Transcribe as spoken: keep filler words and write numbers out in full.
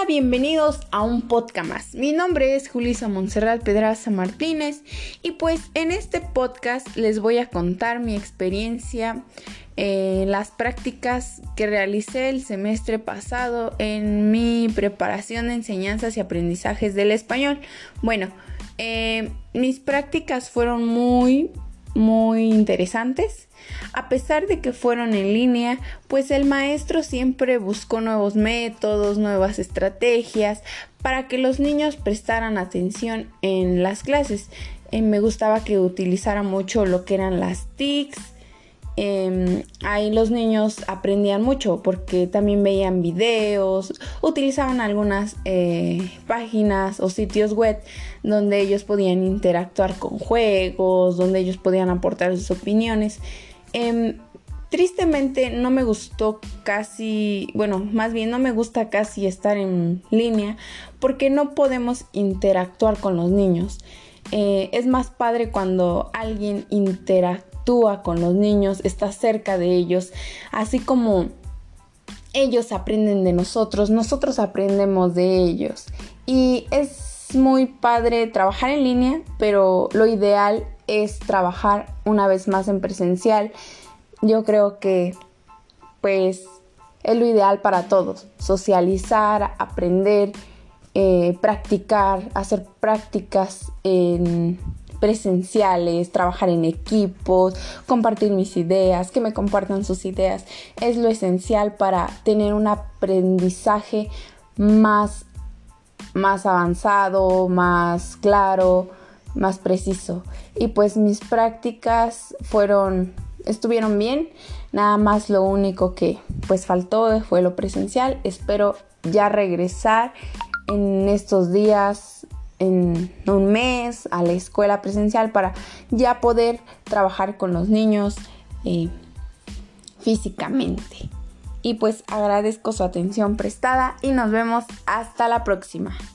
bienvenidos a un podcast más. Mi nombre es Julissa Montserrat Pedraza Martínez y pues en este podcast les voy a contar mi experiencia en las prácticas que realicé el semestre pasado en mi preparación de enseñanzas y aprendizajes del español. Bueno, eh, mis prácticas fueron muy, muy interesantes. A pesar de que fueron en línea, pues el maestro siempre buscó nuevos métodos, nuevas estrategias para que los niños prestaran atención en las clases. Eh, me gustaba que utilizara mucho lo que eran las T I Cs. Eh, ahí los niños aprendían mucho porque también veían videos, utilizaban algunas eh, páginas o sitios web donde ellos podían interactuar con juegos, donde ellos podían aportar sus opiniones. Eh, tristemente no me gustó casi, bueno, más bien no me gusta casi estar en línea porque no podemos interactuar con los niños. Eh, es más padre cuando alguien interactúa con los niños, está cerca de ellos, así como ellos aprenden de nosotros, nosotros aprendemos de ellos. Y es muy padre trabajar en línea, pero lo ideal es trabajar una vez más en presencial. Yo creo que pues es lo ideal para todos, socializar, aprender, eh, practicar, hacer prácticas en presenciales, trabajar en equipos, compartir mis ideas, que me compartan sus ideas. Es lo esencial para tener un aprendizaje más, más avanzado, más claro, más preciso. Y pues mis prácticas fueron, estuvieron bien. Nada más lo único que pues faltó fue lo presencial. Espero ya regresar en estos días, en un mes, a la escuela presencial para ya poder trabajar con los niños eh, físicamente. Y pues agradezco su atención prestada y nos vemos hasta la próxima.